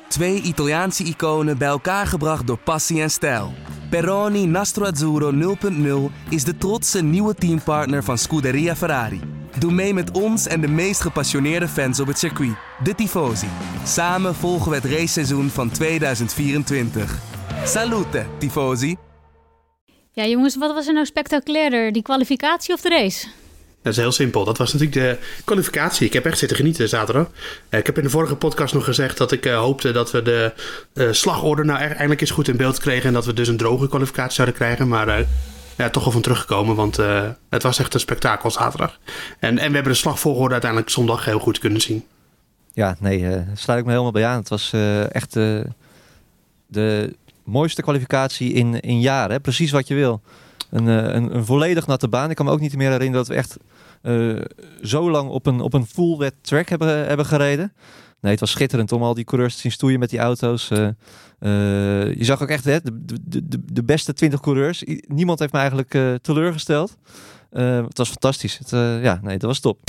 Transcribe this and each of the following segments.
2 Italiaanse iconen bij elkaar gebracht door passie en stijl. Peroni Nastro Azzurro 0.0 is de trotse nieuwe teampartner van Scuderia Ferrari. Doe mee met ons en de meest gepassioneerde fans op het circuit, de Tifosi. Samen volgen we het raceseizoen van 2024. Salute, Tifosi! Ja jongens, wat was er nou spectaculairder? Die kwalificatie of de race? Dat is heel simpel. Dat was natuurlijk de kwalificatie. Ik heb echt zitten genieten zaterdag. Ik heb in de vorige podcast nog gezegd dat ik hoopte dat we de slagorde nou eindelijk eens goed in beeld kregen. En dat we dus een droge kwalificatie zouden krijgen. Maar toch wel van teruggekomen. Want het was echt een spektakel zaterdag. En we hebben de slagvolgorde uiteindelijk zondag heel goed kunnen zien. Ja, nee, sluit ik me helemaal bij aan. Het was echt de mooiste kwalificatie in jaren. Hè? Precies wat je wil. Een volledig natte baan. Ik kan me ook niet meer herinneren dat we echt zo lang op een full wet track hebben gereden. Nee, het was schitterend om al die coureurs te zien stoeien met die auto's. Je zag ook echt de beste 20 coureurs. Niemand heeft me eigenlijk teleurgesteld. Het was fantastisch. Dat was top.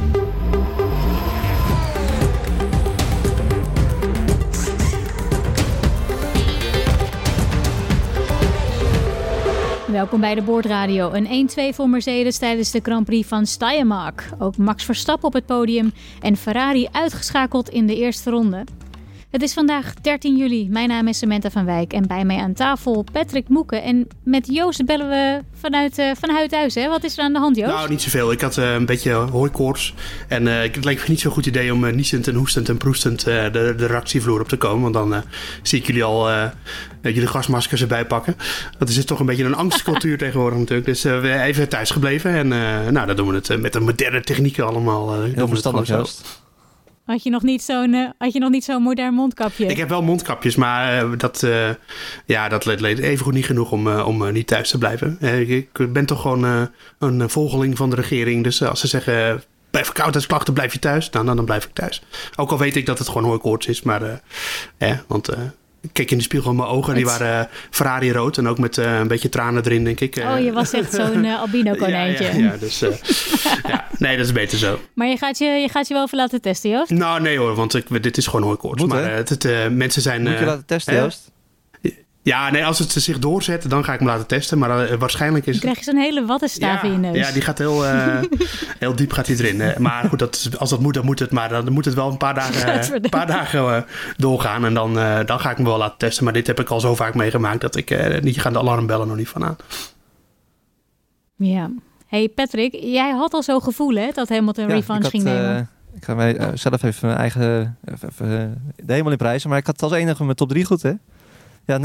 Welkom bij de Boordradio. Een 1-2 voor Mercedes tijdens de Grand Prix van Steiermark. Ook Max Verstappen op het podium en Ferrari uitgeschakeld in de eerste ronde. Het is vandaag 13 juli. Mijn naam is Samantha van Wijk en bij mij aan tafel Patrick Moeken. En met Joost bellen we vanuit huis. Hè? Wat is er aan de hand, Joost? Nou, niet zoveel. Ik had een beetje hooikoorts. En het leek me niet zo'n goed idee om niezend en hoestend en proestend de redactievloer op te komen. Want dan zie ik jullie al jullie gasmaskers erbij pakken. Dat is toch een beetje een angstcultuur tegenwoordig natuurlijk. Dus we even thuis gebleven. En dan doen we het met de moderne technieken allemaal. Heel verstandig, Joost. Had je nog niet zo'n modern mondkapje? Ik heb wel mondkapjes, maar dat leed even goed niet genoeg om niet thuis te blijven. Ik ben toch gewoon een volgeling van de regering. Dus als ze zeggen, bij verkoudheidsklachten blijf je thuis, dan blijf ik thuis. Ook al weet ik dat het gewoon hooikoorts is, maar ik keek in de spiegel in mijn ogen. Die waren Ferrari rood en ook met een beetje tranen erin, denk ik. Je was echt zo'n albino konijntje. Ja, dus nee, dat is beter zo. Maar je gaat je wel even laten testen, Joost? Nou, nee hoor, want dit is gewoon hooikoorts. Maar mensen zijn... Moet je laten testen, Joost? Ja, nee, als het zich doorzet, dan ga ik me laten testen. Maar waarschijnlijk is... Dan krijg je zo'n hele wattenstaaf in je neus. Ja, die gaat heel diep gaat die erin. Maar goed, als dat moet, dan moet het. Maar dan moet het wel een paar dagen doorgaan. En dan ga ik me wel laten testen. Maar dit heb ik al zo vaak meegemaakt dat ik niet ga de alarmbellen nog niet van aan. Ja. Hey Patrick, jij had al zo'n gevoel hè, dat Hamilton revanche ging nemen. Ik ga mij zelf even mijn eigen de hemel in prijzen. Maar ik had als enige mijn top 3 goed, hè? Ja,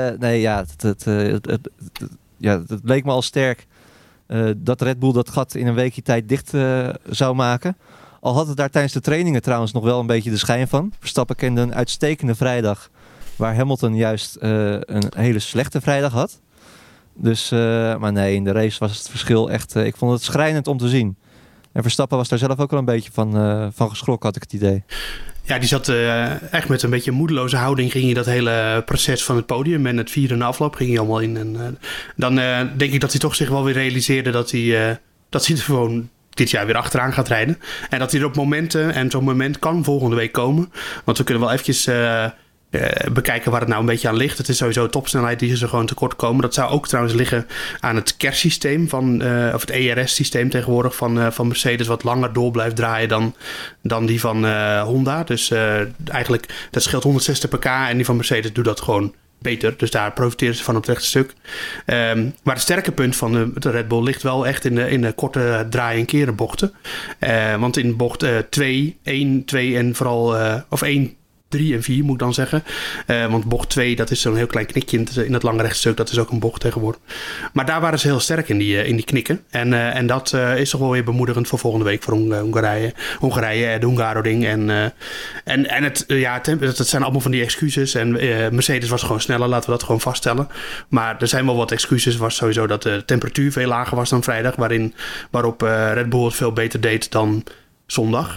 het leek me al sterk dat Red Bull dat gat in een weekje tijd dicht zou maken. Al had het daar tijdens de trainingen trouwens nog wel een beetje de schijn van. Verstappen kende een uitstekende vrijdag, waar Hamilton juist een hele slechte vrijdag had. Dus, maar nee, in de race was het verschil echt... ik vond het schrijnend om te zien. En Verstappen was daar zelf ook wel een beetje van geschrokken, had ik het idee. Ja, die zat echt met een beetje moedeloze houding. Ging hij dat hele proces van het podium en het vierde afloop ging hij allemaal in. En dan denk ik dat hij toch zich wel weer realiseerde dat hij er gewoon dit jaar weer achteraan gaat rijden. En dat hij er op momenten, en zo'n moment kan volgende week komen. Want we kunnen wel eventjes bekijken waar het nou een beetje aan ligt. Het is sowieso topsnelheid die ze gewoon tekort komen. Dat zou ook trouwens liggen aan het KER-systeem of het ERS-systeem tegenwoordig van Mercedes, wat langer door blijft draaien dan die van Honda. Dus eigenlijk, dat scheelt 160 pk en die van Mercedes doet dat gewoon beter. Dus daar profiteren ze van op het rechte stuk. Maar het sterke punt van de Red Bull ligt wel echt in de korte draaien en keren bochten. Want in bocht 2, 1, 2 en vooral... of 1, 3 en 4 moet ik dan zeggen. Want bocht 2, dat is zo'n heel klein knikje in het lange rechtstuk. Dat is ook een bocht tegenwoordig. Maar daar waren ze heel sterk in die knikken. En dat is toch wel weer bemoedigend voor volgende week voor Hongarije, de Hungaroring. En het zijn allemaal van die excuses. En Mercedes was gewoon sneller, laten we dat gewoon vaststellen. Maar er zijn wel wat excuses. Het was sowieso dat de temperatuur veel lager was dan vrijdag. Waarop Red Bull het veel beter deed dan zondag.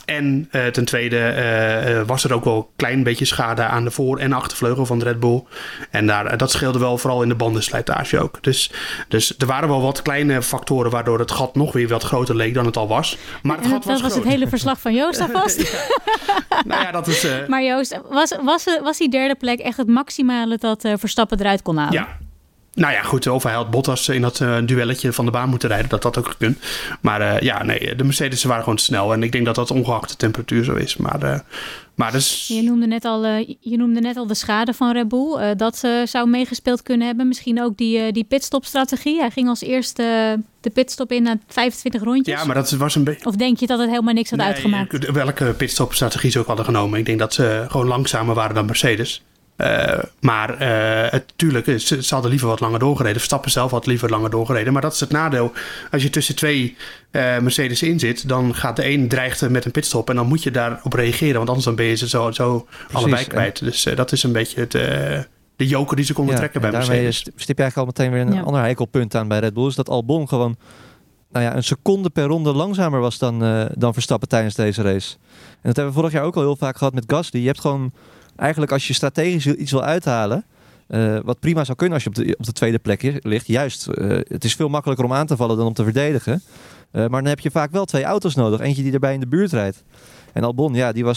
En ten tweede was er ook wel een klein beetje schade aan de voor- en achtervleugel van de Red Bull. En dat scheelde wel vooral in de bandenslijtage ook. Dus er waren wel wat kleine factoren waardoor het gat nog weer wat groter leek dan het al was. Maar het gat was het hele verslag van Joost alvast. Nou ja, dat is... Maar Joost, was die derde plek echt het maximale dat Verstappen eruit kon halen? Ja. Nou ja, goed, of hij had Bottas in dat duelletje van de baan moeten rijden. Dat had ook gekund. Maar de Mercedes waren gewoon te snel. En ik denk dat dat ongeacht de temperatuur zo is. Maar dus... Je noemde net al de schade van Red Bull. Dat zou meegespeeld kunnen hebben. Misschien ook die pitstopstrategie. Hij ging als eerste de pitstop in na 25 rondjes. Ja, maar dat was een beetje... Of denk je dat het helemaal niks had uitgemaakt? Welke pitstopstrategie ze ook hadden genomen. Ik denk dat ze gewoon langzamer waren dan Mercedes. Maar tuurlijk, ze hadden liever wat langer doorgereden. Verstappen zelf had liever langer doorgereden. Maar dat is het nadeel. Als je tussen twee Mercedes in zit, dan gaat de een dreigt met een pitstop. En dan moet je daarop reageren. Want anders dan ben je ze zo allebei kwijt. Dus dat is een beetje de joker die ze konden trekken bij Mercedes. Daarmee stip je eigenlijk al meteen weer een ander heikelpunt aan bij Red Bull. Is dat Albon gewoon een seconde per ronde langzamer was dan Verstappen tijdens deze race. En dat hebben we vorig jaar ook al heel vaak gehad met Gasly. Je hebt gewoon... Eigenlijk als je strategisch iets wil uithalen, wat prima zou kunnen als je op de tweede plek ligt. Juist, het is veel makkelijker om aan te vallen dan om te verdedigen. Maar dan heb je vaak wel twee auto's nodig. Eentje die erbij in de buurt rijdt. En Albon, die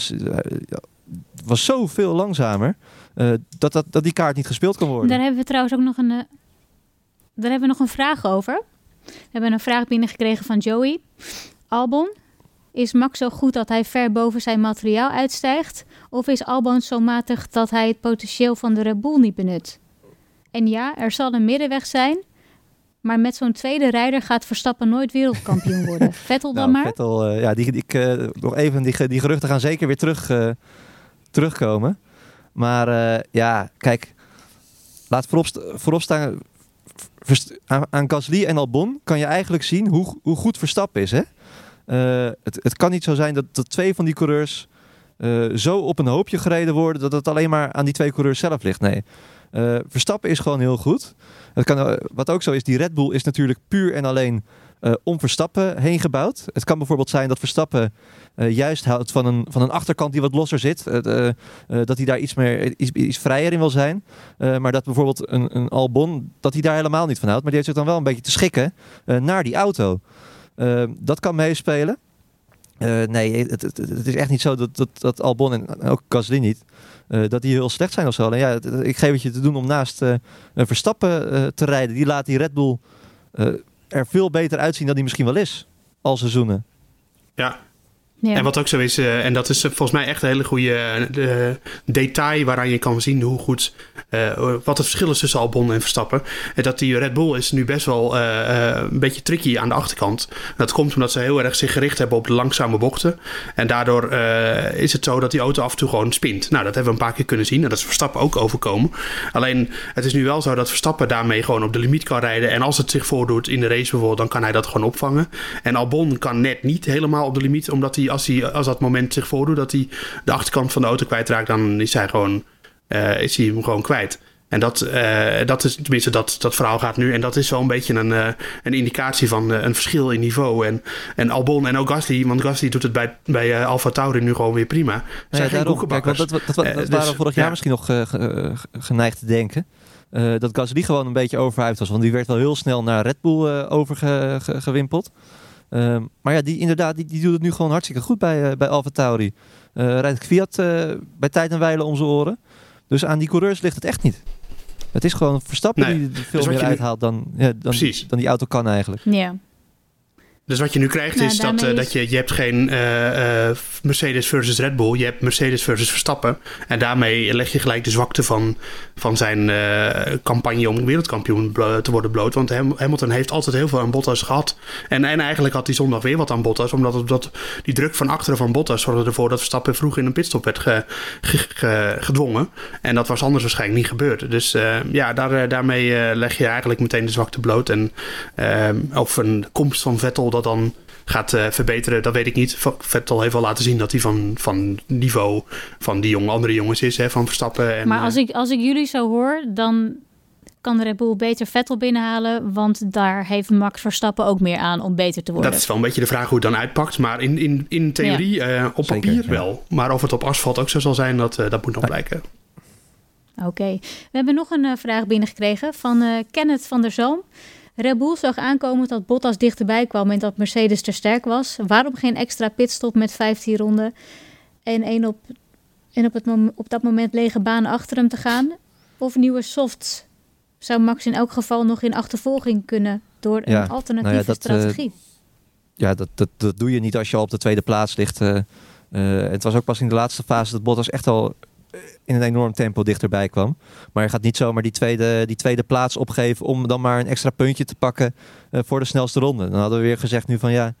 was zoveel langzamer dat die kaart niet gespeeld kon worden. Daar hebben we trouwens ook nog een vraag over. We hebben een vraag binnengekregen van Joey. Albon, is Max zo goed dat hij ver boven zijn materiaal uitstijgt? Of is Albon zo matig dat hij het potentieel van de Red Bull niet benut? En ja, er zal een middenweg zijn. Maar met zo'n tweede rijder gaat Verstappen nooit wereldkampioen worden. Vettel dan maar? Vettel, nog even, die geruchten gaan zeker weer terugkomen. Maar kijk, laat voorop staan. Aan Gasly en Albon kan je eigenlijk zien hoe goed Verstappen is, hè? Het kan niet zo zijn dat twee van die coureurs zo op een hoopje gereden worden dat het alleen maar aan die twee coureurs zelf ligt. Nee, Verstappen is gewoon heel goed. Wat ook zo is, die Red Bull is natuurlijk puur en alleen om Verstappen heen gebouwd. Het kan bijvoorbeeld zijn dat Verstappen juist houdt van een achterkant die wat losser zit. Dat hij daar iets vrijer in wil zijn. Maar dat bijvoorbeeld een Albon, dat hij daar helemaal niet van houdt. Maar die heeft zich dan wel een beetje te schikken naar die auto. Dat kan meespelen. Nee, het is echt niet zo dat Albon en ook Gasly niet, dat die heel slecht zijn of zo. En ik geef het je te doen om naast Verstappen te rijden. Die laat die Red Bull er veel beter uitzien dan die misschien wel is. Al seizoenen. Ja. Ja. En wat ook zo is, en dat is volgens mij echt een hele goede detail waaraan je kan zien hoe goed, wat het verschil is tussen Albon en Verstappen. En dat die Red Bull is nu best wel een beetje tricky aan de achterkant. Dat komt omdat ze heel erg zich gericht hebben op de langzame bochten. En daardoor is het zo dat die auto af en toe gewoon spint. Nou, dat hebben we een paar keer kunnen zien. En dat is Verstappen ook overkomen. Alleen, het is nu wel zo dat Verstappen daarmee gewoon op de limiet kan rijden. En als het zich voordoet in de race bijvoorbeeld, dan kan hij dat gewoon opvangen. En Albon kan net niet helemaal op de limiet, omdat hij als dat moment zich voordoet dat hij de achterkant van de auto kwijtraakt, dan is hij hem gewoon kwijt. En dat is tenminste dat verhaal gaat nu. En dat is wel een beetje een indicatie van een verschil in niveau. En Albon en ook Gasly, want Gasly doet het bij AlphaTauri nu gewoon weer prima. Zijn geen boekenbakkers. Dat waren we vorig jaar misschien nog geneigd te denken. Dat Gasly gewoon een beetje overhyped was. Want die werd wel heel snel naar Red Bull overgewimpeld. Maar die doet het nu gewoon hartstikke goed bij AlphaTauri. Rijdt Fiat bij tijd en wijle om zijn oren. Dus aan die coureurs ligt het echt niet. Het is gewoon Verstappen die er veel meer uithaalt dan die auto kan eigenlijk. Ja. Dus wat je nu krijgt is dat je hebt geen Mercedes versus Red Bull. Je hebt Mercedes versus Verstappen. En daarmee leg je gelijk de zwakte van zijn campagne om wereldkampioen te worden bloot. Want Hamilton heeft altijd heel veel aan Bottas gehad. En eigenlijk had hij zondag weer wat aan Bottas. Omdat die druk van achteren van Bottas zorgde ervoor dat Verstappen vroeg in een pitstop werd gedwongen. En dat was anders waarschijnlijk niet gebeurd. Dus daarmee leg je eigenlijk meteen de zwakte bloot. En of een komst van Vettel dat dan gaat verbeteren, dat weet ik niet. Vettel heeft al laten zien dat hij van niveau van die andere jongens is, hè, van Verstappen. En, maar als ik jullie zo hoor, dan kan Red Bull beter Vettel binnenhalen, want daar heeft Max Verstappen ook meer aan om beter te worden. Dat is wel een beetje de vraag hoe het dan uitpakt. Maar in theorie, op Zeker, papier wel. Maar of het op asfalt ook zo zal zijn, dat moet nog blijken. Oké. We hebben nog een vraag binnengekregen van Kenneth van der Zoom. Red Bull zag aankomen dat Bottas dichterbij kwam en dat Mercedes te sterk was. Waarom geen extra pitstop met 15 ronden en op dat moment lege baan achter hem te gaan? Of nieuwe softs? Zou Max in elk geval nog in achtervolging kunnen door een alternatieve strategie? Dat doe je niet als je al op de tweede plaats ligt. Het was ook pas in de laatste fase dat Bottas echt al in een enorm tempo dichterbij kwam. Maar je gaat niet zomaar die tweede plaats opgeven om dan maar een extra puntje te pakken voor de snelste ronde. Dan hadden we weer gezegd nu van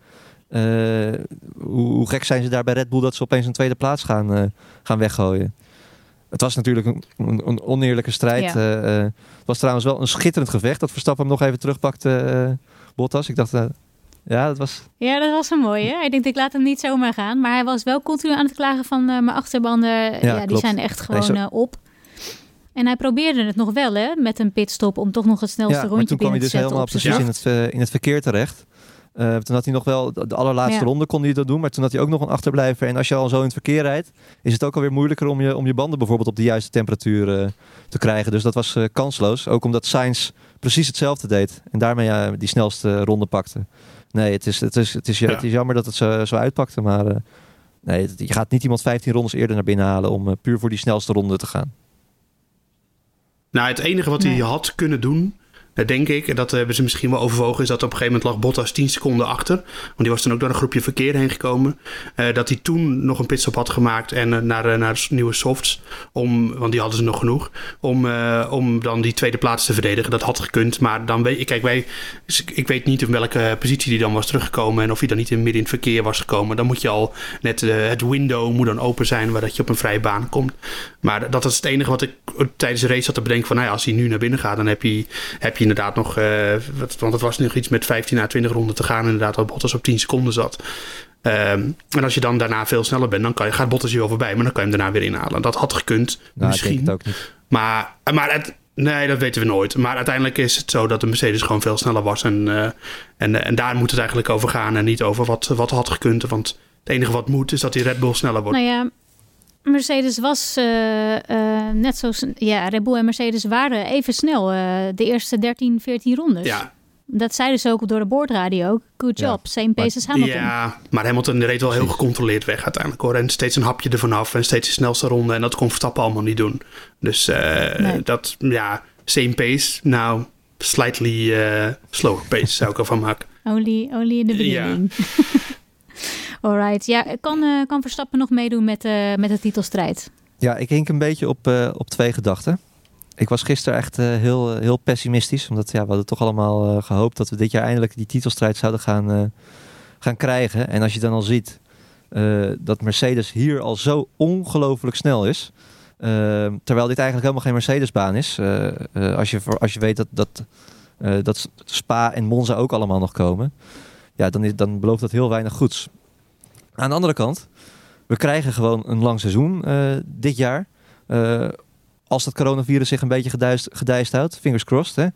hoe gek zijn ze daar bij Red Bull dat ze opeens een tweede plaats gaan weggooien. Het was natuurlijk een oneerlijke strijd. Ja. Het was trouwens wel een schitterend gevecht dat Verstappen hem nog even terugpakte, Bottas. Ik dacht, dat was... Ja, dat was een mooie. Hij denkt, ik laat hem niet zomaar gaan. Maar hij was wel continu aan het klagen van mijn achterbanden. Die zijn echt gewoon op. En hij probeerde het nog wel, hè, met een pitstop om toch nog het snelste rondje binnen te zetten. Maar toen kwam hij dus helemaal precies in het verkeer terecht. Toen had hij nog wel, de allerlaatste ronde kon hij dat doen, maar toen had hij ook nog een achterblijver. En als je al zo in het verkeer rijdt, is het ook alweer moeilijker om je banden bijvoorbeeld op de juiste temperatuur te krijgen. Dus dat was kansloos. Ook omdat Sainz precies hetzelfde deed en daarmee die snelste ronde pakte. Nee, het is jammer dat het zo uitpakte, maar je gaat niet iemand 15 rondes eerder naar binnen halen om puur voor die snelste ronde te gaan. Nou, het enige wat hij had kunnen doen, denk ik, en dat hebben ze misschien wel overwogen, is dat op een gegeven moment lag Bottas 10 seconden achter. Want die was dan ook door een groepje verkeer heen gekomen. Dat hij toen nog een pitstop had gemaakt en naar nieuwe softs. Want die hadden ze nog genoeg. Om dan die tweede plaats te verdedigen. Dat had gekund. Maar dan ik weet niet in welke positie die dan was teruggekomen. En of hij dan niet midden in het verkeer was gekomen. Dan moet je al net het window moet dan open zijn, waar dat je op een vrije baan komt. Maar dat is het enige wat ik tijdens de race had te bedenken van, als hij nu naar binnen gaat, dan heb je inderdaad nog, want het was nog iets met 15 à 20 ronden te gaan, inderdaad, dat Bottas op 10 seconden zat. En als je dan daarna veel sneller bent, dan gaat Bottas je wel voorbij, maar dan kan je hem daarna weer inhalen. Dat had gekund, misschien. Ik denk het ook niet. Maar nee, dat weten we nooit. Maar uiteindelijk is het zo dat de Mercedes gewoon veel sneller was. En daar moet het eigenlijk over gaan en niet over wat had gekund. Want het enige wat moet, is dat die Red Bull sneller wordt. Nou ja, Mercedes was net zo... Ja, Red Bull en Mercedes waren even snel de eerste 13, 14 rondes. Ja. Dat zeiden ze ook door de boordradio. Good job, same pace as Hamilton. Ja, maar Hamilton reed wel heel gecontroleerd weg uiteindelijk, hoor. En steeds een hapje ervan af en steeds de snelste ronde. En dat kon Verstappen allemaal niet doen. Dus same pace. Nou, slightly slower pace zou ik ervan maken. Only in the beginning. Ja. Alright, ja, kan Verstappen nog meedoen met de titelstrijd? Ja, ik hink een beetje op twee gedachten. Ik was gisteren echt heel pessimistisch. Omdat we hadden toch allemaal gehoopt dat we dit jaar eindelijk die titelstrijd zouden gaan krijgen. En als je dan al ziet dat Mercedes hier al zo ongelooflijk snel is. Terwijl dit eigenlijk helemaal geen Mercedesbaan is. Als je weet dat Spa en Monza ook allemaal nog komen. Ja, dan belooft dat heel weinig goeds. Aan de andere kant, we krijgen gewoon een lang seizoen dit jaar. Als dat coronavirus zich een beetje gedijst houdt, fingers crossed, hè,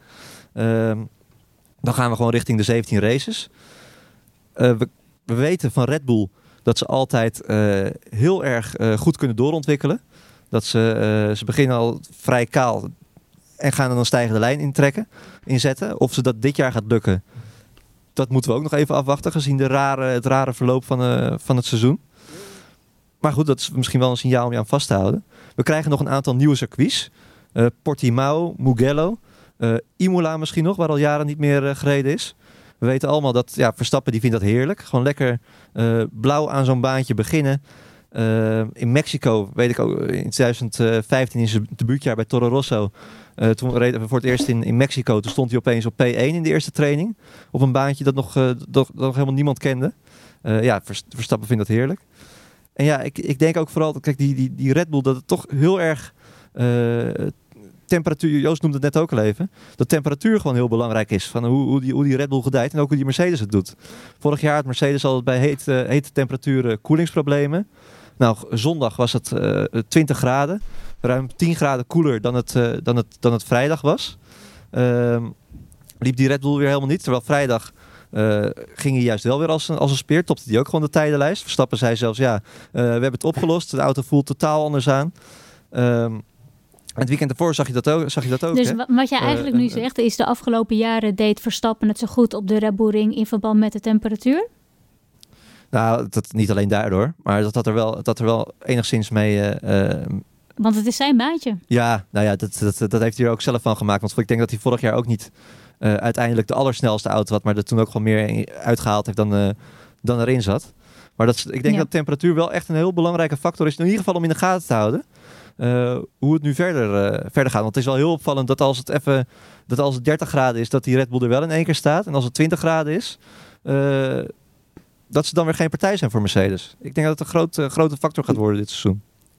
dan gaan we gewoon richting de 17 races. We weten van Red Bull dat ze altijd heel erg goed kunnen doorontwikkelen. Dat ze beginnen al vrij kaal en gaan er dan stijgende lijn inzetten. Of ze dat dit jaar gaat lukken, dat moeten we ook nog even afwachten, gezien het rare verloop van het seizoen. Maar goed, dat is misschien wel een signaal om je aan vast te houden. We krijgen nog een aantal nieuwe circuits. Portimao, Mugello, Imola misschien nog, waar al jaren niet meer gereden is. We weten allemaal dat Verstappen die vindt dat heerlijk. Gewoon lekker blauw aan zo'n baantje beginnen. In Mexico, weet ik ook, in 2015 in zijn debuutjaar bij Toro Rosso. Toen reden we voor het eerst in Mexico. Toen stond hij opeens op P1 in de eerste training. Op een baantje dat nog helemaal niemand kende. Verstappen vindt dat heerlijk. En ik denk ook vooral, kijk, die Red Bull, dat het toch heel erg temperatuur, Joost noemde het net ook al even, dat temperatuur gewoon heel belangrijk is. Van hoe die Red Bull gedijt en ook hoe die Mercedes het doet. Vorig jaar had Mercedes altijd bij hete temperaturen koelingsproblemen. Nou, zondag was het 20 graden. Ruim 10 graden koeler dan het vrijdag was. liep die Red Bull weer helemaal niet. Terwijl vrijdag ging hij juist wel weer als een speer. Topte hij ook gewoon de tijdenlijst. Verstappen zei zelfs, we hebben het opgelost. De auto voelt totaal anders aan. Het weekend ervoor zag je dat ook. Dus hè? wat jij eigenlijk nu zegt is de afgelopen jaren deed Verstappen het zo goed op de Red Bull Ring in verband met de temperatuur? Nou, dat niet alleen daardoor. Maar dat er wel enigszins mee... Want het is zijn baantje. Ja, nou ja, dat heeft hij er ook zelf van gemaakt. Want ik denk dat hij vorig jaar ook niet uiteindelijk de allersnelste auto had. Maar er toen ook gewoon meer uitgehaald heeft dan erin zat. Maar ik denk dat temperatuur wel echt een heel belangrijke factor is. In ieder geval om in de gaten te houden. Hoe het nu verder gaat. Want het is wel heel opvallend dat als het 30 graden is, dat die Red Bull er wel in één keer staat. En als het 20 graden is, dat ze dan weer geen partij zijn voor Mercedes. Ik denk dat het een grote factor gaat worden dit seizoen.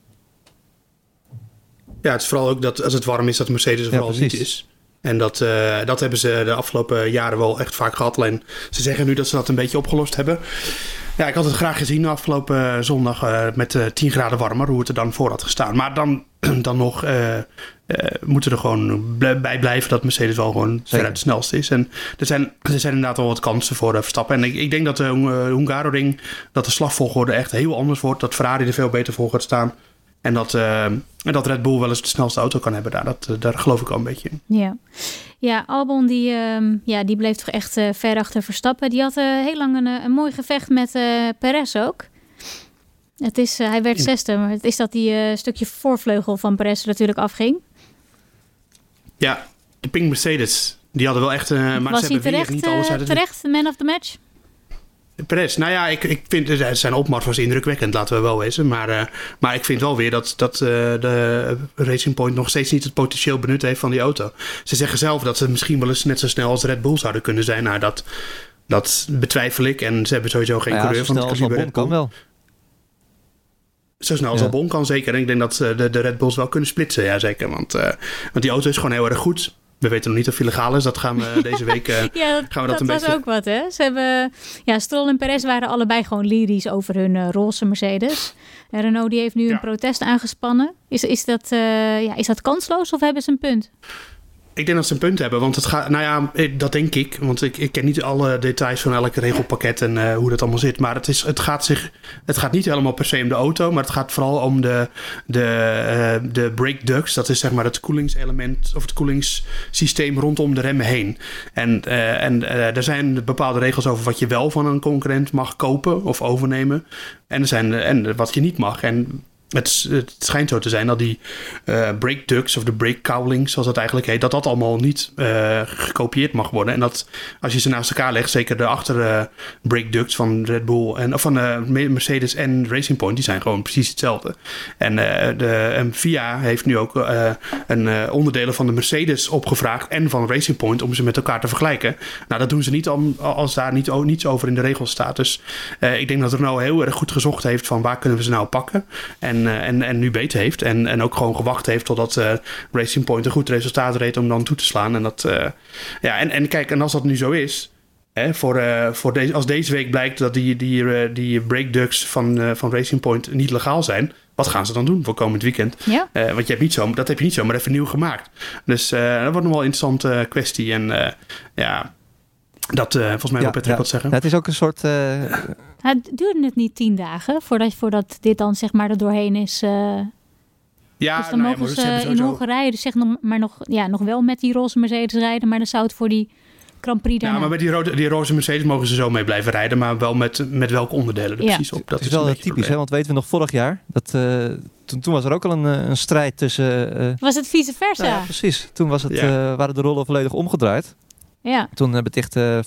Ja, het is vooral ook dat als het warm is, dat Mercedes er vooral niet is. En dat hebben ze de afgelopen jaren wel echt vaak gehad. Alleen ze zeggen nu dat ze dat een beetje opgelost hebben. Ja, ik had het graag gezien afgelopen zondag met 10 graden warmer, hoe het er dan voor had gestaan. Maar dan nog moeten er gewoon bij blijven dat Mercedes wel gewoon veruit de snelste is. En er zijn inderdaad wel wat kansen voor Verstappen. En ik denk dat de Hungaroring, dat de slagvolgorde echt heel anders wordt. Dat Ferrari er veel beter voor gaat staan. En dat Red Bull wel eens de snelste auto kan hebben daar. Daar geloof ik al een beetje in. Ja, Albon die bleef toch echt ver achter Verstappen. Die had heel lang een mooi gevecht met Perez ook. Hij werd zesde, maar het is dat die stukje voorvleugel van Perez natuurlijk afging. Ja, de Pink Mercedes. Die hadden wel echt... maar was ze hij hebben niet alles uit het... terecht man of the match? Perez, nou ja, ik vind zijn opmars was indrukwekkend, laten we wel wezen. Maar ik vind wel weer dat de Racing Point nog steeds niet het potentieel benut heeft van die auto. Ze zeggen zelf dat ze misschien wel eens net zo snel als Red Bull zouden kunnen zijn. Nou, dat betwijfel ik. En ze hebben sowieso geen coureur van het kaliber Red Bull. Kan wel. Zo snel als Albon kan, zeker. En ik denk dat de Red Bulls wel kunnen splitsen, ja zeker. Want die auto is gewoon heel erg goed. We weten nog niet of het illegaal is. Dat gaan we deze week gaan we dat een beetje... was ook wat, hè? Ze hebben... Ja, Stroll en Perez waren allebei gewoon lyrisch over hun roze Mercedes. En Renault die heeft nu een protest aangespannen. Is dat kansloos of hebben ze een punt? Ik denk dat ze een punt hebben, want het gaat... Nou ja, dat denk ik. Want ik ken niet alle details van elk regelpakket en hoe dat allemaal zit. Maar het gaat niet helemaal per se om de auto, maar het gaat vooral om de brake ducts. Dat is zeg maar het koelingselement of het koelingssysteem rondom de remmen heen. En er zijn bepaalde regels over wat je wel van een concurrent mag kopen of overnemen. En wat je niet mag. En het schijnt zo te zijn dat die brake ducts of de brake cowling, zoals dat eigenlijk heet, dat allemaal niet gekopieerd mag worden. En dat als je ze naast elkaar legt, zeker de achter brake ducts van Red Bull of van Mercedes en Racing Point, die zijn gewoon precies hetzelfde. En FIA heeft nu ook onderdelen van de Mercedes opgevraagd en van Racing Point om ze met elkaar te vergelijken. Nou, dat doen ze niet als daar niets over in de regels staat. Dus ik denk dat Renault heel erg goed gezocht heeft van waar kunnen we ze nou pakken. En nu beter heeft. En ook gewoon gewacht heeft totdat Racing Point een goed resultaat reed om dan toe te slaan. En kijk, en als dat nu zo is, hè, als deze week blijkt dat die brake ducts van Racing Point niet legaal zijn, wat gaan ze dan doen voor komend weekend? Ja. Want dat heb je niet zomaar even nieuw gemaakt. Dus dat wordt nog wel een interessante kwestie. En volgens mij wil Patrick wat zeggen. Ja, het is ook een soort... Het duurde het niet 10 dagen voordat dit dan zeg maar er doorheen is. Dus dan mogen ze in Hongarije dus nog wel met die roze Mercedes rijden, maar dan zou het voor die Grand Prix daarna. Ja, maar met die roze Mercedes mogen ze zo mee blijven rijden, maar wel met welke onderdelen er precies op. Dat is wel typisch, hè? Want weten we nog vorig jaar, toen was er ook al een strijd tussen... was het vice versa? Nou ja, precies. Toen waren de rollen volledig omgedraaid. Ja. Toen betichtte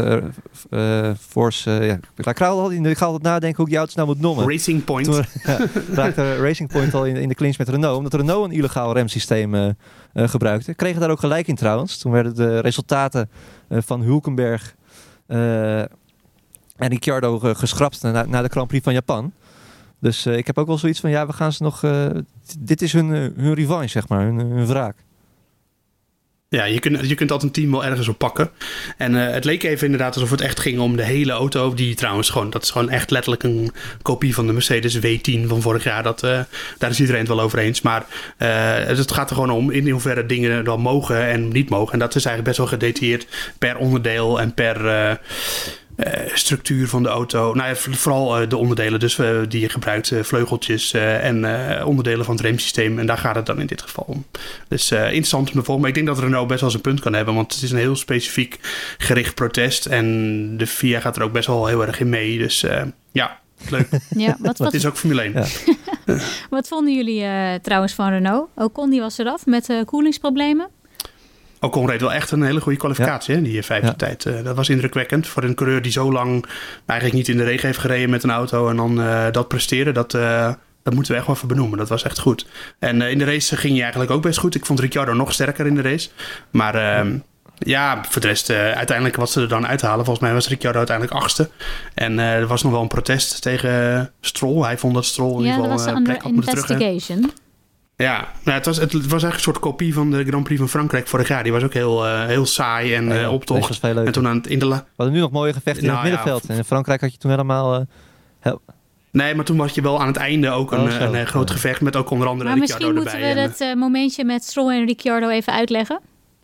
Force... ik ga altijd nadenken hoe ik die auto's nou moet noemen. Racing Point. Toen raakte Racing Point al in de clinch met Renault. Omdat Renault een illegaal remsysteem gebruikte. Kregen daar ook gelijk in trouwens. Toen werden de resultaten van Hülkenberg en Ricciardo geschrapt na de Grand Prix van Japan. Dus ik heb ook wel zoiets van... we gaan ze nog... dit is hun revanche, zeg maar. Hun wraak. Ja, je kunt altijd een team wel ergens op pakken. En het leek even inderdaad alsof het echt ging om de hele auto. Die trouwens dat is gewoon echt letterlijk een kopie van de Mercedes W10 van vorig jaar. Daar is iedereen het wel over eens. Maar het gaat er gewoon om in hoeverre dingen dan mogen en niet mogen. En dat is eigenlijk best wel gedetailleerd per onderdeel en per structuur van de auto. Nou ja, vooral de onderdelen dus die je gebruikt. Vleugeltjes en onderdelen van het remsysteem. En daar gaat het dan in dit geval om. Dus interessant om te volgen. Maar ik denk dat Renault best wel zijn punt kan hebben. Want het is een heel specifiek gericht protest. En de FIA gaat er ook best wel heel erg in mee. Dus ja, leuk. Ja, Het is ook Formule 1. Ja. Wat vonden jullie trouwens van Renault? Ocon die was eraf met koelingsproblemen. Ocon reed wel echt een hele goede kwalificatie, hè, die vijfde tijd. Dat was indrukwekkend voor een coureur die zo lang eigenlijk niet in de regen heeft gereden met een auto en dan dat presteren. Dat moeten we echt wel even benoemen. Dat was echt goed. En in de race ging hij eigenlijk ook best goed. Ik vond Ricciardo nog sterker in de race. Maar voor de rest, uiteindelijk wat ze er dan uithalen. Volgens mij was Ricciardo uiteindelijk 8e. En er was nog wel een protest tegen Stroll. Hij vond dat Stroll in ieder geval dat was under plek had moeten investigation. Ja, het was eigenlijk een soort kopie van de Grand Prix van Frankrijk vorig jaar. Die was ook heel saai en optocht. Was veel leuker. En toen we hadden nu nog mooie gevechten in het middenveld. En in Frankrijk had je toen helemaal... Nee, maar toen was je wel aan het einde ook een groot gevecht met ook onder andere Ricciardo erbij. Maar misschien moeten we dat momentje met Stroll en Ricciardo even uitleggen.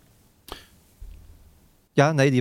Ja, nee,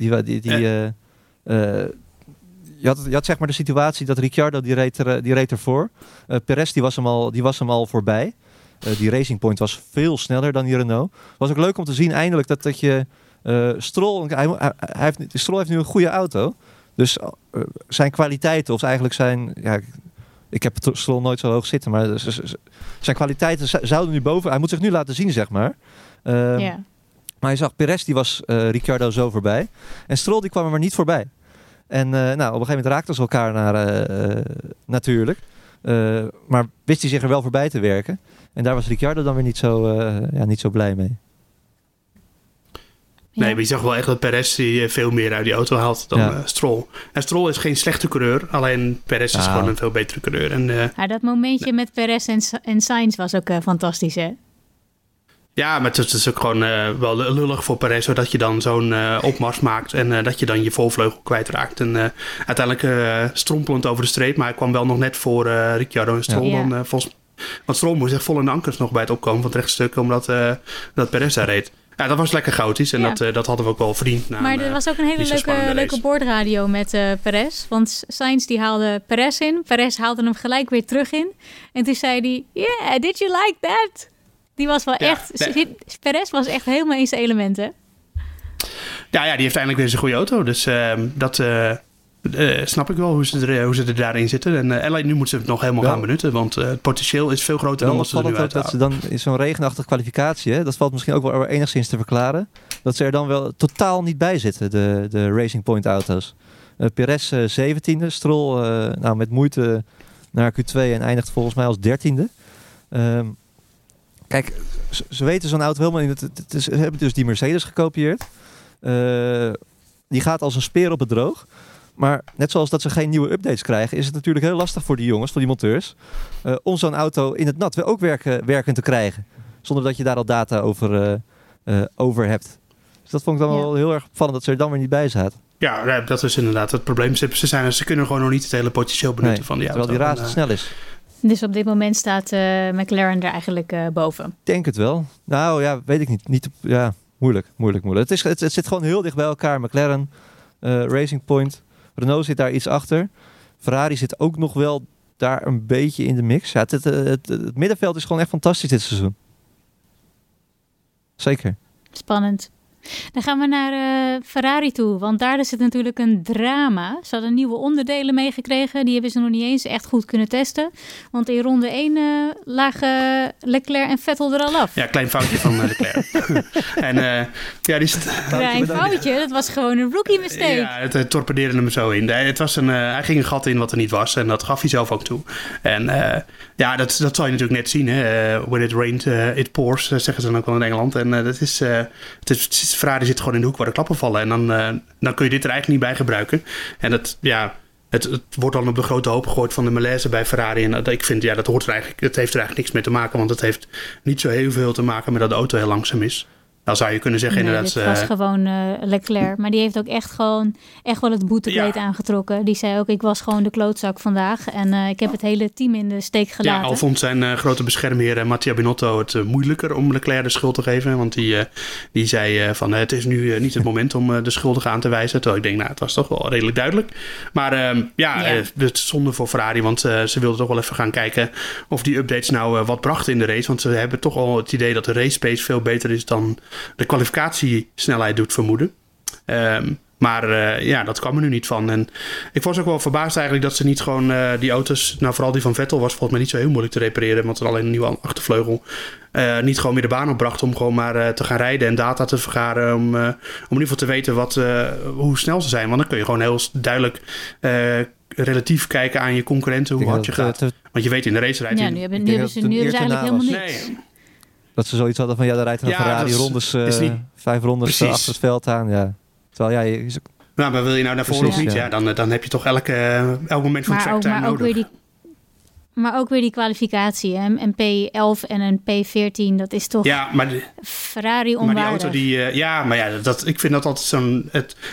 je had zeg maar de situatie dat Ricciardo die reed ervoor. Perez die was hem al voorbij. Die Racing Point was veel sneller dan die Renault. Was ook leuk om te zien eindelijk dat je Stroll... Stroll heeft nu een goede auto. Dus zijn kwaliteiten of eigenlijk zijn... Ja, ik heb Stroll nooit zo hoog zitten, maar zijn kwaliteiten zouden nu boven... Hij moet zich nu laten zien, zeg maar. Maar je zag Perez, die was Ricciardo zo voorbij. En Stroll die kwam er maar niet voorbij. En op een gegeven moment raakten ze elkaar natuurlijk. Maar wist hij zich er wel voorbij te werken. En daar was Ricciardo dan weer niet zo blij mee. Nee, maar je zag wel echt dat Perez die veel meer uit die auto haalt dan Stroll. En Stroll is geen slechte coureur. Alleen Perez is gewoon een veel betere coureur. En, dat momentje met Perez en Sainz was ook fantastisch, hè? Ja, maar het is ook gewoon wel lullig voor Perez, zodat je dan zo'n opmars maakt en dat je dan je voorvleugel kwijtraakt. En uiteindelijk strompelend over de streep, maar hij kwam wel nog net voor Ricciardo en Stroll. Ja. Want Stroll moest echt vol in de ankers nog bij het opkomen van het rechtstuk, omdat dat Perez daar reed. Ja, dat was lekker chaotisch en dat hadden we ook wel verdiend. Maar er was ook een hele leuke boordradio met Perez. Want Sainz die haalde Perez in. Perez haalde hem gelijk weer terug in. En toen zei hij, yeah, did you like that? Die was wel echt... Nee. Perez was echt helemaal in zijn elementen. Ja, die heeft eindelijk weer zijn goede auto. Dus dat snap ik wel hoe ze er daarin zitten. En alleen nu moeten ze het nog helemaal gaan benutten. Want het potentieel is veel groter dan wat ze er nu uithalen. Dat ze dan in zo'n regenachtige kwalificatie... Hè, dat valt misschien ook wel enigszins te verklaren... dat ze er dan wel totaal niet bij zitten, de Racing Point auto's. Perez 17e, Stroll met moeite naar Q2... en eindigt volgens mij als 13e. Kijk, ze weten zo'n auto helemaal niet. Ze hebben dus die Mercedes gekopieerd. Die gaat als een speer op het droog. Maar net zoals dat ze geen nieuwe updates krijgen... is het natuurlijk heel lastig voor die jongens, voor die monteurs... om zo'n auto in het nat weer ook werkend te krijgen. Zonder dat je daar al data over hebt. Dus dat vond ik dan wel heel erg opvallend... dat ze er dan weer niet bij zaten. Ja, dat is inderdaad het probleem. Ze kunnen gewoon nog niet het hele potentieel benutten van die auto. Terwijl die razend snel is. Dus op dit moment staat McLaren er eigenlijk boven? Ik denk het wel. Nou ja, weet ik niet. Moeilijk. Het zit gewoon heel dicht bij elkaar. McLaren, Racing Point, Renault zit daar iets achter. Ferrari zit ook nog wel daar een beetje in de mix. Ja, het middenveld is gewoon echt fantastisch dit seizoen. Zeker. Spannend. Dan gaan we naar Ferrari toe, want daar is het natuurlijk een drama. Ze hadden nieuwe onderdelen meegekregen, die hebben ze nog niet eens echt goed kunnen testen. Want in ronde 1 lagen Leclerc en Vettel er al af. Ja, klein foutje van Leclerc. Een foutje, dat was gewoon een rookie mistake. Ja, het torpedeerde hem zo in. Hij ging een gat in wat er niet was en dat gaf hij zelf ook toe. En dat zal je natuurlijk net zien. Hè? When it rained, it pours, zeggen ze dan ook wel in Engeland. En Ferrari zit gewoon in de hoek waar de klappen vallen. En dan kun je dit er eigenlijk niet bij gebruiken. En het wordt dan op de grote hoop gegooid van de malaise bij Ferrari. En ik vind, dat heeft er eigenlijk niks mee te maken. Want het heeft niet zo heel veel te maken met dat de auto heel langzaam is. Dan zou je kunnen zeggen inderdaad... dit was gewoon Leclerc. Maar die heeft ook echt wel het boetekleed aangetrokken. Die zei ook, ik was gewoon de klootzak vandaag. En ik heb het hele team in de steek gelaten. Ja, al vond zijn grote beschermheer Mattia Binotto het moeilijker om Leclerc de schuld te geven. Want die zei van het is nu niet het moment om de schuldigen aan te wijzen. Terwijl ik denk, het was toch wel redelijk duidelijk. Maar het is zonde voor Ferrari. Want ze wilden toch wel even gaan kijken of die updates nou wat brachten in de race. Want ze hebben toch al het idee dat de race pace veel beter is dan de kwalificatiesnelheid doet vermoeden. Maar dat kwam er nu niet van. En ik was ook wel verbaasd eigenlijk dat ze niet gewoon die auto's... Nou, vooral die van Vettel was volgens mij niet zo heel moeilijk te repareren. Want er alleen een nieuwe achtervleugel niet gewoon weer de baan opbracht om gewoon maar te gaan rijden en data te vergaren. Om in ieder geval te weten hoe snel ze zijn. Want dan kun je gewoon heel duidelijk... relatief kijken aan je concurrenten hoe hard je gaat. Want je weet in de race rijdt... Ja, nu hebben ze eigenlijk helemaal niks. Nee. Dat ze zoiets hadden van, daar rijdt een Ferrari rondes, 5 rondes achter het veld aan. Ja. Terwijl maar wil je nou daarvoor of niet? Ja, dan heb je toch elk moment van tracktime nodig. Maar ook weer die kwalificatie. Hè? Een P11 en een P14, dat is toch Ferrari onwaardig. Maar die auto ik vind dat altijd zo'n...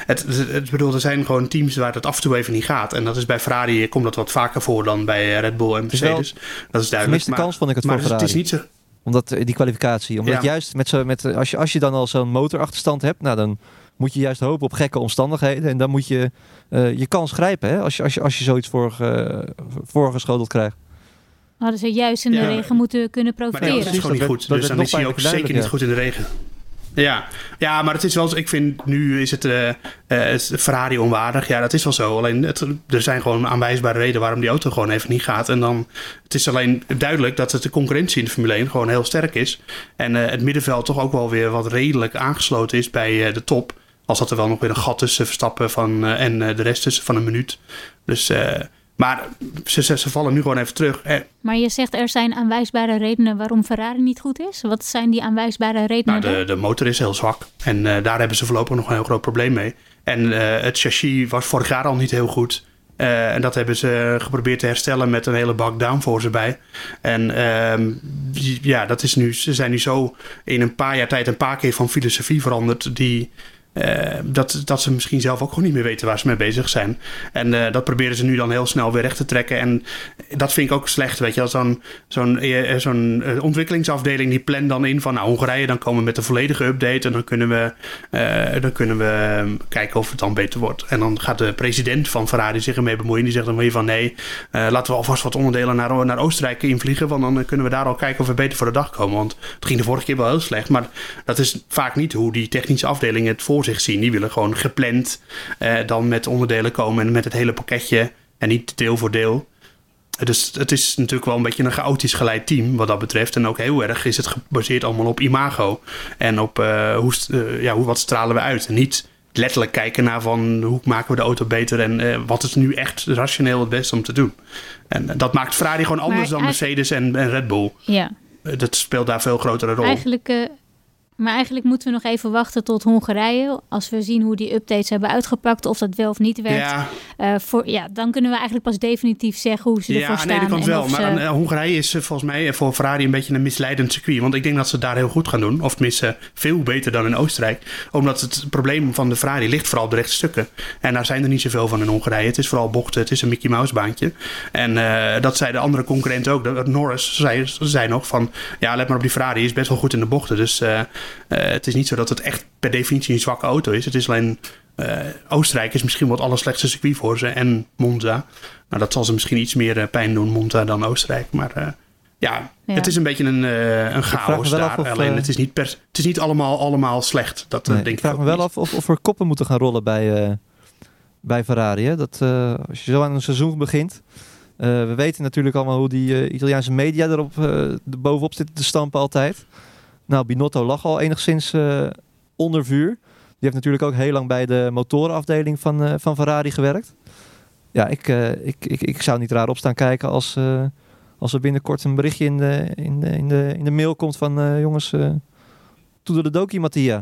er zijn gewoon teams waar het af en toe even niet gaat. En dat is bij Ferrari, komt dat wat vaker voor dan bij Red Bull en Mercedes. Dat is duidelijk. De kans vond ik het voor Ferrari. Het is niet zo... Omdat die kwalificatie. Omdat juist als je dan al zo'n motorachterstand hebt, dan moet je juist hopen op gekke omstandigheden. En dan moet je je kans grijpen, hè, als je zoiets voorgeschoteld krijgt. Hadden ze juist in de regen moeten kunnen profiteren. Maar dat is gewoon niet goed. Dus dan is hij ook zeker niet goed in de regen. Ja, maar het is wel... Ik vind, nu is het Ferrari onwaardig. Ja, dat is wel zo. Alleen, er zijn gewoon aanwijsbare redenen waarom die auto gewoon even niet gaat. En dan... Het is alleen duidelijk dat de concurrentie in de Formule 1 gewoon heel sterk is. En het middenveld toch ook wel weer wat redelijk aangesloten is bij de top. Al zat er wel nog weer een gat tussen Verstappen en de rest tussen van een minuut. Dus... Maar ze vallen nu gewoon even terug. Maar je zegt er zijn aanwijsbare redenen waarom Ferrari niet goed is. Wat zijn die aanwijsbare redenen? Nou, de motor is heel zwak. En daar hebben ze voorlopig nog een heel groot probleem mee. En het chassis was vorig jaar al niet heel goed. En dat hebben ze geprobeerd te herstellen met een hele bak downforce erbij. En dat is nu, ze zijn nu zo in een paar jaar tijd een paar keer van filosofie veranderd die... dat ze misschien zelf ook gewoon niet meer weten waar ze mee bezig zijn. En dat proberen ze nu dan heel snel weer recht te trekken. En dat vind ik ook slecht, weet je. Zo'n ontwikkelingsafdeling die plant dan in van... Hongarije, dan komen we met een volledige update... en dan kunnen we kijken of het dan beter wordt. En dan gaat de president van Ferrari zich ermee bemoeien. Die zegt dan weer van nee, laten we alvast wat onderdelen naar Oostenrijk invliegen... want dan kunnen we daar al kijken of we beter voor de dag komen. Want het ging de vorige keer wel heel slecht. Maar dat is vaak niet hoe die technische afdeling het voor zich zien. Die willen gewoon gepland dan met onderdelen komen en met het hele pakketje en niet deel voor deel. Dus het is natuurlijk wel een beetje een chaotisch geleid team wat dat betreft. En ook heel erg is het gebaseerd allemaal op imago. En op wat stralen we uit. En niet letterlijk kijken naar van hoe maken we de auto beter en wat is nu echt rationeel het beste om te doen. En dat maakt Ferrari gewoon anders dan Mercedes en Red Bull. Ja. Dat speelt daar veel grotere rol. Maar eigenlijk moeten we nog even wachten tot Hongarije. Als we zien hoe die updates hebben uitgepakt, of dat wel of niet werkt. Dan kunnen we eigenlijk pas definitief zeggen hoe ze ervoor staan. Ja, nee, dat kan wel. Maar Hongarije is volgens mij voor Ferrari een beetje een misleidend circuit. Want ik denk dat ze het daar heel goed gaan doen. Of tenminste veel beter dan in Oostenrijk. Omdat het probleem van de Ferrari ligt vooral op de rechte stukken. En daar zijn er niet zoveel van in Hongarije. Het is vooral bochten. Het is een Mickey Mouse baantje. En dat zei de andere concurrenten ook. Norris zei nog van... Ja, let maar op die Ferrari. Is best wel goed in de bochten. Dus... het is niet zo dat het echt per definitie een zwakke auto is. Het is alleen... Oostenrijk is misschien wel het allerslechtste circuit voor ze. En Monza. Nou, dat zal ze misschien iets meer pijn doen, Monza, dan Oostenrijk. Maar het is een beetje een chaos daar. Alleen het is niet allemaal slecht. Dat denk ik vraag me wel af of er koppen moeten gaan rollen bij Ferrari. Hè? Dat, als je zo aan een seizoen begint... we weten natuurlijk allemaal hoe die Italiaanse media erop bovenop zitten te stampen altijd... Nou, Binotto lag al enigszins onder vuur. Die heeft natuurlijk ook heel lang bij de motorenafdeling van Ferrari gewerkt. Ja, ik zou niet raar op staan kijken als er binnenkort een berichtje in de mail komt van... jongens, toedeledokie Mattia.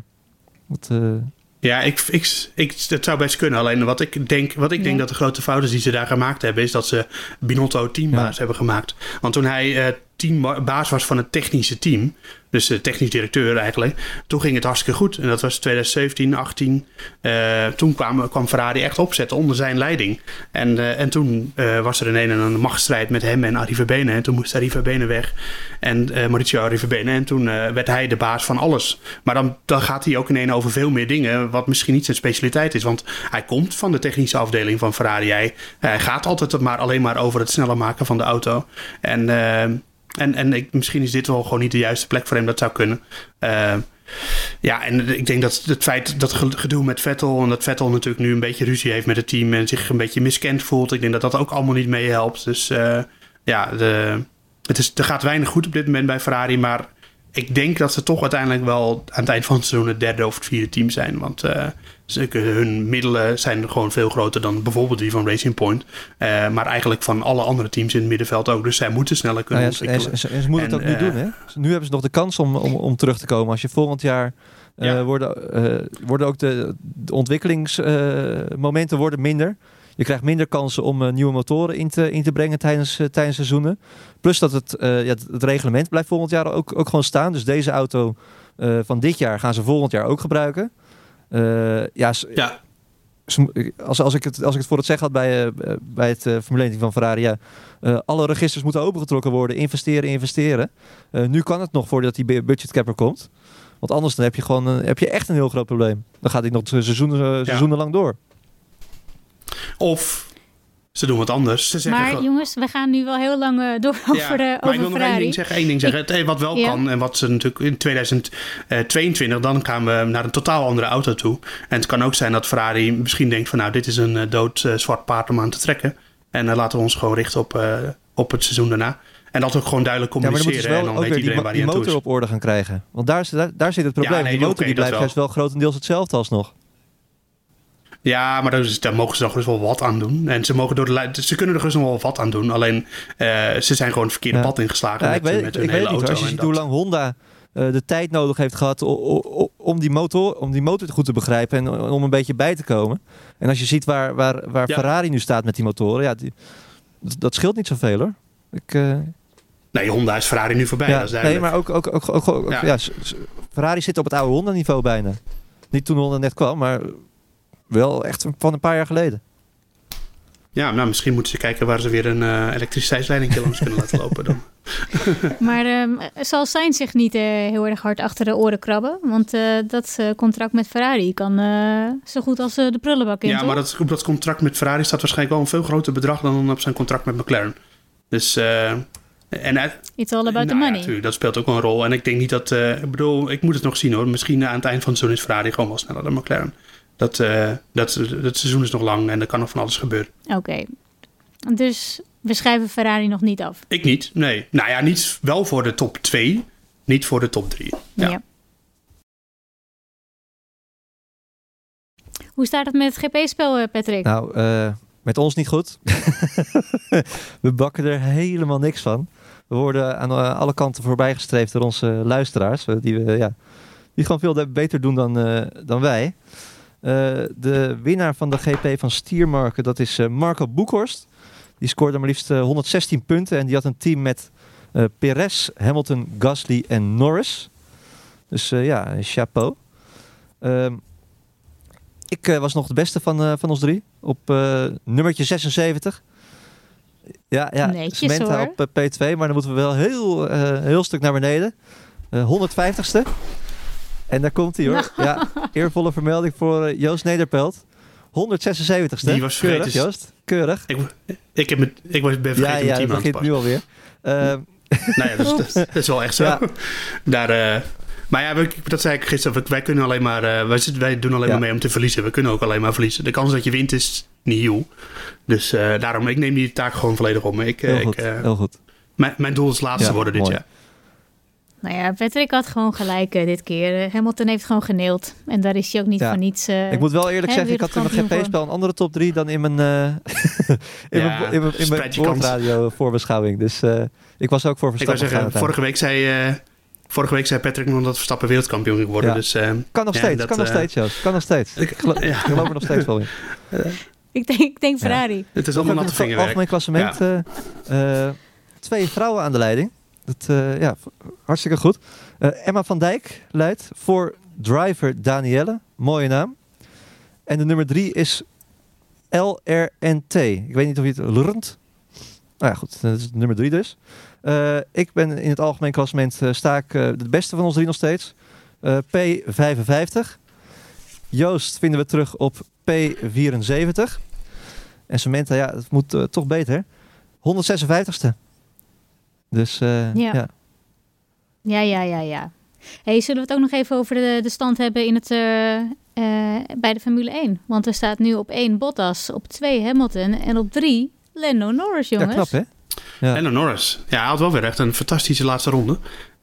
Ja, dat zou best kunnen. Alleen wat ik denk dat de grote fout is die ze daar gemaakt hebben... is dat ze Binotto teambaas hebben gemaakt. Want toen hij baas was van het technische team, dus de technisch directeur eigenlijk, toen ging het hartstikke goed. En dat was 2017, 18. Toen kwam Ferrari echt opzetten onder zijn leiding. En toen was er een machtsstrijd met hem en Arrivabene. En toen moest Arrivabene weg en Maurizio Arrivabene. En toen werd hij de baas van alles. Maar dan gaat hij ook ineens over veel meer dingen, wat misschien niet zijn specialiteit is. Want hij komt van de technische afdeling van Ferrari. Hij gaat altijd alleen maar over het sneller maken van de auto. En misschien is dit wel gewoon niet de juiste plek voor hem. Dat zou kunnen. En ik denk dat het feit dat gedoe met Vettel, en dat Vettel natuurlijk nu een beetje ruzie heeft met het team en zich een beetje miskend voelt. Ik denk dat dat ook allemaal niet meehelpt. Dus er gaat weinig goed op dit moment bij Ferrari. Maar ik denk dat ze toch uiteindelijk wel aan het eind van het seizoen het derde of het vierde team zijn. Want hun middelen zijn gewoon veel groter dan bijvoorbeeld die van Racing Point. Maar eigenlijk van alle andere teams in het middenveld ook. Dus zij moeten sneller kunnen ontwikkelen. En ze moeten het ook nu doen. Hè? Nu hebben ze nog de kans om terug te komen. Als je volgend jaar worden ook de ontwikkelingsmomenten worden minder. Je krijgt minder kansen om nieuwe motoren in te brengen tijdens seizoenen. Plus dat het reglement blijft volgend jaar ook gewoon staan. Dus deze auto van dit jaar gaan ze volgend jaar ook gebruiken. Als ik het voor het zeggen had bij het Formule 1 van Ferrari. Alle registers moeten opengetrokken worden. Investeren. Nu kan het nog voordat die budgetcap er komt. Want anders dan heb je echt een heel groot probleem. Dan gaat hij nog seizoenen lang door. Of ze doen wat anders. Maar jongens, we gaan nu wel heel lang door over Ferrari. Maar ik wil nog één ding zeggen. Wat wel kan, en wat ze natuurlijk in 2022... dan gaan we naar een totaal andere auto toe. En het kan ook zijn dat Ferrari misschien denkt van... dit is een dood zwart paard om aan te trekken. En laten we ons gewoon richten op het seizoen daarna. En dat ook gewoon duidelijk communiceren. Ja, maar dan moeten ze wel ook weer die motor op orde gaan krijgen. Want daar zit het probleem. Die motor die blijft juist wel grotendeels hetzelfde alsnog. Ja, maar daar mogen ze nog eens wel wat aan doen. En ze kunnen er dus nog wel wat aan doen. Alleen ze zijn gewoon het verkeerde pad ingeslagen met hun hele auto. Als je ziet hoe lang Honda de tijd nodig heeft gehad om die motor goed te begrijpen en om een beetje bij te komen. En als je ziet waar Ferrari nu staat met die motoren, dat scheelt niet zoveel hoor. Nee, Honda is Ferrari nu voorbij. Dat is nee, maar ook Ferrari zit op het oude Honda niveau bijna. Niet toen Honda net kwam, maar wel echt van een paar jaar geleden. Ja, nou misschien moeten ze kijken waar ze weer een elektriciteitsleiding langs kunnen laten lopen dan. Maar zal Sainz zich niet heel erg hard achter de oren krabben? Want dat contract met Ferrari kan zo goed als de prullenbak in, ja, toch? maar dat contract met Ferrari staat waarschijnlijk wel een veel groter bedrag dan op zijn contract met McLaren. Dus It's all about the money. Ja, natuurlijk, dat speelt ook wel een rol. En ik denk niet dat... ik moet het nog zien hoor. Misschien aan het eind van het seizoen is Ferrari gewoon wel sneller dan McLaren. Dat seizoen is nog lang en er kan nog van alles gebeuren. Oké. Dus we schrijven Ferrari nog niet af? Ik niet, nee. Nou ja, niet wel voor de top 2, niet voor de top 3. Ja. Hoe staat het met het GP-spel, Patrick? Nou, met ons niet goed. We bakken er helemaal niks van. We worden aan alle kanten voorbijgestreefd door onze luisteraars. Die gewoon veel beter doen dan wij. De winnaar van de GP van Stiermarken, dat is Marco Boekhorst. Die scoorde maar liefst 116 punten. En die had een team met Perez, Hamilton, Gasly en Norris. Dus chapeau. Ik was nog de beste van ons drie. Op nummertje 76. Ja, netjes, Samantha hoor. Op P2. Maar dan moeten we wel heel stuk naar beneden. 150ste. En daar komt hij hoor. Ja, eervolle vermelding voor Joost Nederpelt. 176ste. Die was vergeten. Keurig, Joost. Keurig. Ik ben vergeten mijn team aan te passen. Nu alweer. Nou ja, dat is wel echt zo. Ja. Maar ja, dat zei ik gisteren. Wij kunnen alleen maar... wij doen alleen maar mee om te verliezen. We kunnen ook alleen maar verliezen. De kans dat je wint is nihil. Dus daarom, ik neem die taak gewoon volledig op me. Heel goed. Mijn doel is laatste worden dit jaar. Nou ja, Patrick had gewoon gelijk dit keer. Hamilton heeft gewoon geneeld. En daar is hij ook niet voor niets... ik moet wel eerlijk zeggen, ik had in mijn GP-spel een andere top 3 dan in mijn boordradio voorbeschouwing. Dus ik was ook voor Verstappen. Ik wou zeggen, vorige week zei Patrick nog dat Verstappen wereldkampioen ging worden. Ja. Dus, kan nog steeds, Joost. Kan nog steeds. Ik geloof er nog steeds wel in. Ik denk Ferrari. Het is allemaal natte vingerwerk. Algemeen klassement. 2 vrouwen aan de leiding. Hartstikke goed. Emma van Dijk leidt voor driver Danielle. Mooie naam. En de nummer 3 is LRNT. Ik weet niet of je het lurnt. Nou ja, goed. Dat is nummer 3 dus. Ik ben in het algemeen klassement sta ik de beste van ons 3 nog steeds. P55. Joost vinden we terug op P74. En Samantha, het moet toch beter. 156ste. Dus ja. Ja. Hey, zullen we het ook nog even over de stand hebben in het, bij de Formule 1? Want er staat nu op 1 Bottas, op 2 Hamilton en op 3 Lando Norris, jongens. Ja, knap hè? Ja. Lando Norris. Ja, hij had wel weer echt een fantastische laatste ronde.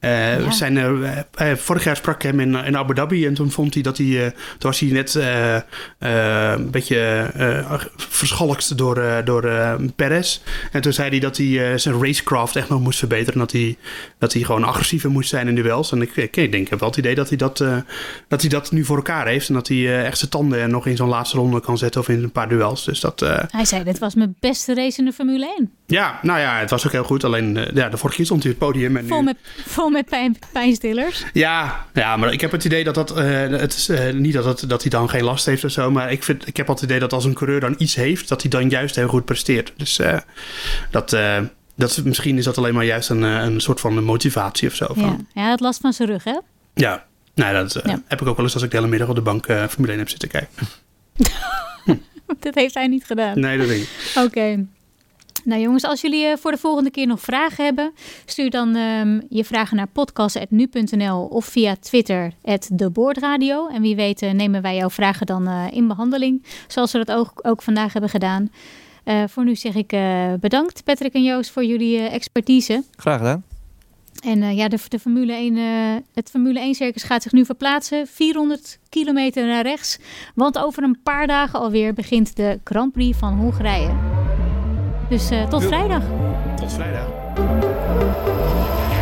Vorig jaar sprak ik hem in Abu Dhabi en toen vond hij dat hij... toen was hij net een beetje verschalkt door Perez. En toen zei hij dat hij zijn racecraft echt nog moest verbeteren. Dat hij gewoon agressiever moest zijn in duels. En ik denk, ik heb wel het idee dat hij dat nu voor elkaar heeft. En dat hij echt zijn tanden nog in zo'n laatste ronde kan zetten of in een paar duels. Dus dat... Hij zei, dit was mijn beste race in de Formule 1. Ja, nou ja, het was ook heel goed. Alleen de vorige keer stond hij op het podium. En vol met pijnstillers. Ja, maar ik heb het idee dat het is niet dat hij dan geen last heeft of zo. Maar ik heb het idee dat als een coureur dan iets heeft, dat hij dan juist heel goed presteert. Dus misschien is dat alleen maar juist een soort van motivatie of zo. Ja, het last van zijn rug, hè? Ja, nou, dat heb ik ook wel eens als ik de hele middag op de bank Formule 1 heb zitten kijken. Dat heeft hij niet gedaan. Nee, dat denk ik. Oké. Nou jongens, als jullie voor de volgende keer nog vragen hebben, stuur dan je vragen naar podcast@nu.nl of via Twitter @deboordradio. En wie weet nemen wij jouw vragen dan in behandeling, zoals we dat ook vandaag hebben gedaan. Voor nu zeg ik bedankt Patrick en Joost voor jullie expertise. Graag gedaan. En de Formule 1, het Formule 1 circus gaat zich nu verplaatsen. 400 kilometer naar rechts. Want over een paar dagen alweer begint de Grand Prix van Hongarije. Dus tot vrijdag. Tot vrijdag.